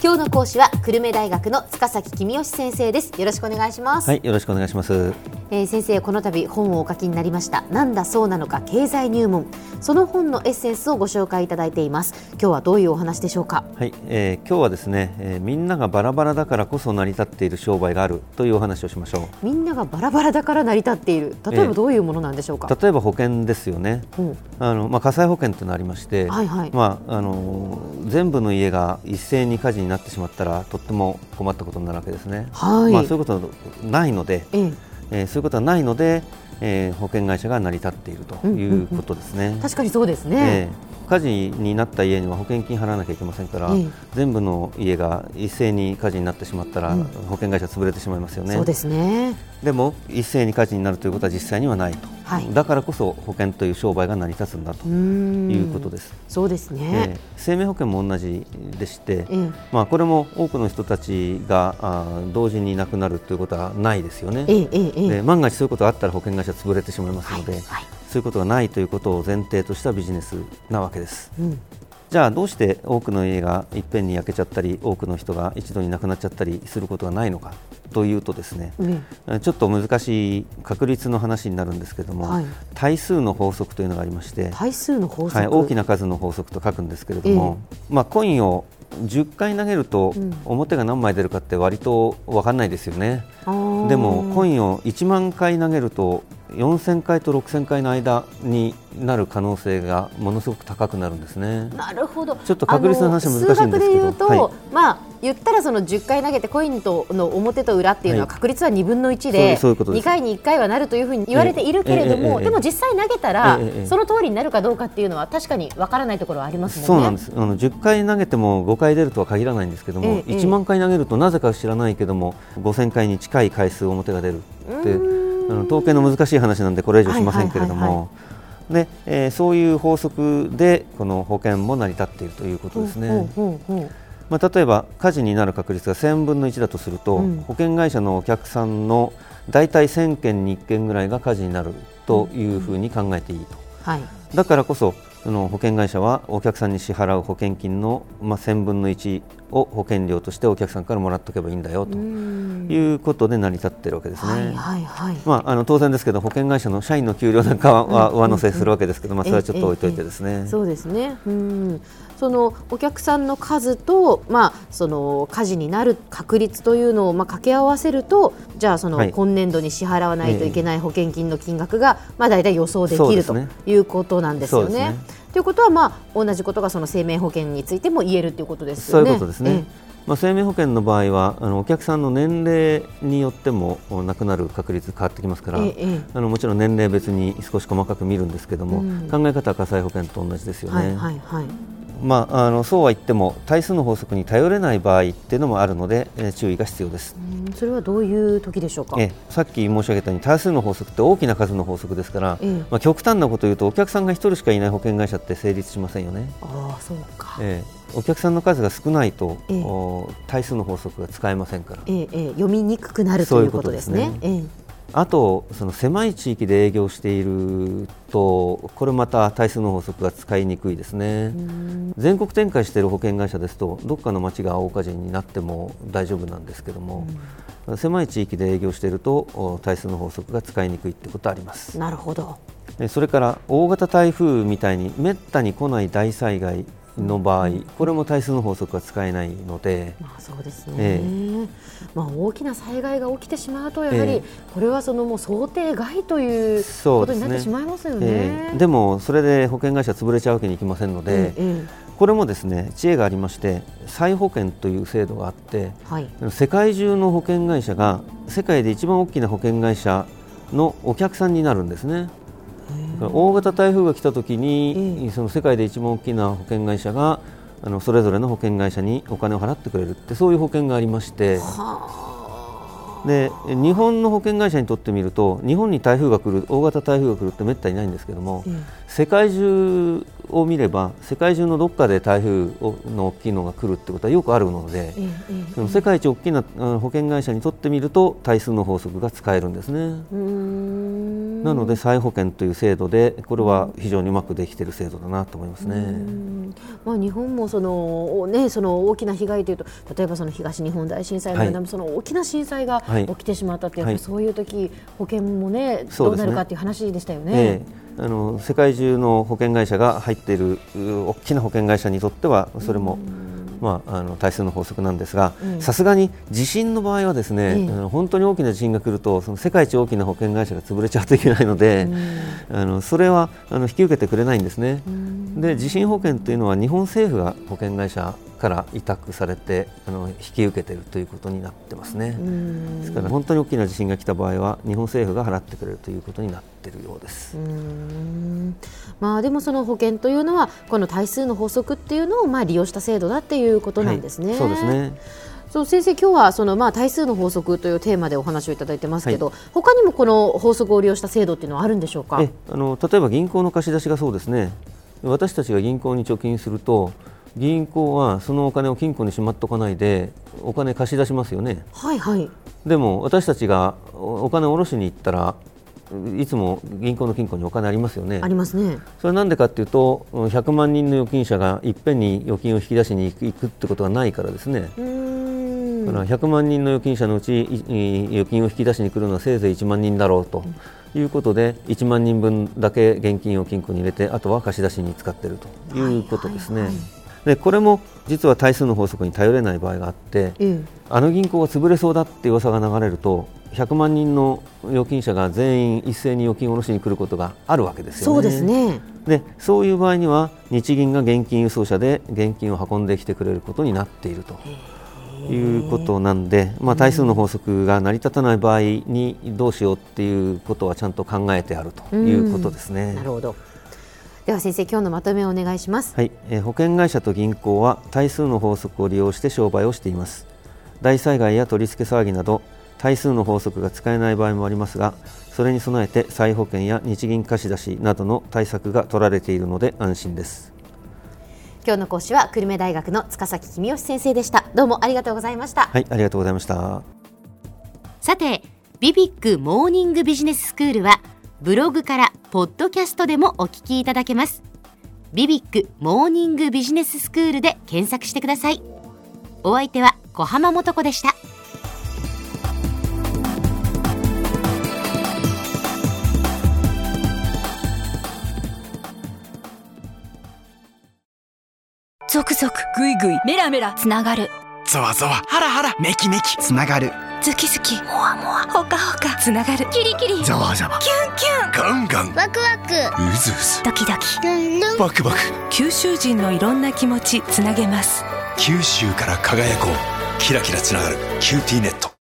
今日の講師は久留米大学の塚崎公義先生です。よろしくお願いします。 はい、よろしくお願いします。 先生、この度本をお書きになりました。なんだそうなのか経済入門、その本のエッセンスをご紹介いただいています。今日はどういうお話でしょうか。 はい、今日はですね、みんながバラバラだからこそ成り立っている商売があるというお話をしましょう。 みんながバラバラだから成り立っている、例えばどういうものなんでしょうか。 例えば保険ですよね。火災保険というのがありまして、全部の家が一斉に火事になってしまったらとっても困ったことになるわけですね。そういうことはないので、そういうことはないので、保険会社が成り立っているということですね。 確かにそうですね。 火事になった家には保険金払わなきゃいけませんから、全部の家が一斉に火事になってしまったら、保険会社潰れてしまいますよね。 そうですね。 でも一斉に火事になるということは実際にはないと、だからこそ保険という商売が成り立つんだということです。 そうですね。 生命保険も同じでして、これも多くの人たちが同時に亡くなるということはないですよね。で万が一そういうことがあったら保険会社潰れてしまいますので、そういうことがないということを前提としたビジネスなわけです。じゃあどうして多くの家がいっぺんに焼けちゃったり、多くの人が一度に亡くなっちゃったりすることがないのかというとですね、ちょっと難しい確率の話になるんですけども、対数の法則というのがありまして、 対数の法則、 大きな数の法則と書くんですけれども、コインを10回投げると表が何枚出るかって割と分かんないですよね。でもコインを1万回投げると4000回と6000回の間になる可能性がものすごく高くなるんですね。 なるほど。 ちょっと確率の話は難しいんですけど、数学で言うと、言ったらその10回投げてコインとの表と裏っていうのは確率は2分の1で、2回に1回はなるというふうに言われているけれども、でも実際投げたらその通りになるかどうかっていうのは確かにわからないところはありますもんね。 そうなんです。10回投げても5回出るとは限らないんですけども、1万回投げるとなぜか知らないけども5000回に近い回数表が出るって統計の難しい話なんでこれ以上しませんけれども、そういう法則でこの保険も成り立っているということですね。例えば火事になる確率が1000分の1だとすると、保険会社のお客さんのだいたい1000件に1件ぐらいが火事になるというふうに考えていいと。だからこそ保険会社はお客さんに支払う保険金の1000分の1を保険料としてお客さんからもらっておけばいいんだよということで成り立っているわけですね。当然ですけど保険会社の社員の給料なんかは上乗せするわけですけど、それはちょっと置いといてですね。 そうですね。そのお客さんの数と、その火事になる確率というのを掛け合わせると、じゃあその今年度に支払わないといけない保険金の金額がだいたい予想できるということなんですよね。ということは同じことがその生命保険についても言えるということですよね。 そういうことですね。生命保険の場合はお客さんの年齢によっても亡くなる確率変わってきますから、もちろん年齢別に少し細かく見るんですけども、考え方は火災保険と同じですよね。そうは言っても対数の法則に頼れない場合っていうのもあるので、注意が必要です。 それはどういう時でしょうか。 さっき申し上げたように対数の法則って大きな数の法則ですから、極端なことを言うとお客さんが1人しかいない保険会社って成立しませんよね。 そうか。 お客さんの数が少ないと、対数の法則が使えませんから、 読みにくくなるということですね。 あとその狭い地域で営業しているとこれまた対数の法則が使いにくいですね。全国展開している保険会社ですとどっかの町が大火事になっても大丈夫なんですけども、狭い地域で営業していると対数の法則が使いにくいということはあります。 なるほど。 それから大型台風みたいにめったに来ない大災害の場合、これも対数の法則が使えないので、 そうですね。大きな災害が起きてしまうとやはりこれはもう想定外ということになってしまいますよね。 でもそれで保険会社潰れちゃうわけにいきませんので、これもですね知恵がありまして、再保険という制度があって、世界中の保険会社が世界で一番大きな保険会社のお客さんになるんですね。大型台風が来たときに、その世界で一番大きな保険会社がそれぞれの保険会社にお金を払ってくれるってそういう保険がありまして、で日本の保険会社にとってみると日本に台風が来る、大型台風が来るってめったにないんですけども、世界中を見れば世界中のどっかで台風の大きいのが来るってことはよくあるので、世界一大きな保険会社にとってみると対数の法則が使えるんですね。 なので再保険という制度でこれは非常にうまくできている制度だなと思いますね。 日本もその大きな被害というと、例えばその東日本大震災のような、その大きな震災が起きてしまったという、そういう時保険もどうなるかという話でしたよね。 世界中の保険会社が入っている大きな保険会社にとってはそれも対数の法則なんですが、さすがに地震の場合はですね、本当に大きな地震が来るとその世界一大きな保険会社が潰れちゃうといけないので、それは引き受けてくれないんですね。で、地震保険というのは日本政府が保険会社から委託されて引き受けているということになってますね。ですから本当に大きな地震が来た場合は日本政府が払ってくれるということになっているようです。 でもその保険というのはこの対数の法則っていうのを利用した制度だっていうことなんですね。 そうですね。 先生、今日はその対数の法則というテーマでお話をいただいてますけど、他にもこの法則を利用した制度っていうのはあるんでしょうか。 例えば銀行の貸し出しがそうですね。私たちが銀行に貯金すると銀行はそのお金を金庫にしまっておかないでお金貸し出しますよね。でも私たちがお金を下ろしに行ったらいつも銀行の金庫にお金ありますよね。 ありますね。 それはなんでかというと100万人の預金者がいっぺんに預金を引き出しに行くってことがないからですね。だから100万人の預金者のうち預金を引き出しに来るのはせいぜい1万人だろうということで、1万人分だけ現金を金庫に入れてあとは貸し出しに使っているということですね。でこれも実は対数の法則に頼れない場合があって、あの銀行が潰れそうだって噂が流れると100万人の預金者が全員一斉に預金を下ろしに来ることがあるわけですよね。 そうですね。 でそういう場合には日銀が現金輸送車で現金を運んできてくれることになっているということなんで、対数の法則が成り立たない場合にどうしようっていうことはちゃんと考えてあるということですね。 なるほど。では先生、今日のまとめをお願いします。 保険会社と銀行は対数の法則を利用して商売をしています。大災害や取り付け騒ぎなど対数の法則が使えない場合もありますが、それに備えて再保険や日銀貸し出しなどの対策が取られているので安心です。 今日の講師は久留米大学の塚崎公義先生でした。どうもありがとうございました。 ありがとうございました。 さて、ビビックモーニングビジネススクールはブログからポッドキャストでもお聞きいただけます。ビビックモーニングビジネススクールで検索してください。お相手は小浜もとこでした。 ゾクゾクグイグイメラメラつながる、 ゾワゾワハラハラメキメキつながる、 ズキズキモワモワホカホカつながる、キリキリザワザワキュンキュンガンガンワクワクウズウズドキドキルンルンバクバク、 九州人のいろんな気持ちつなげます。 九州から輝こう、キラキラつながるキューティーネット。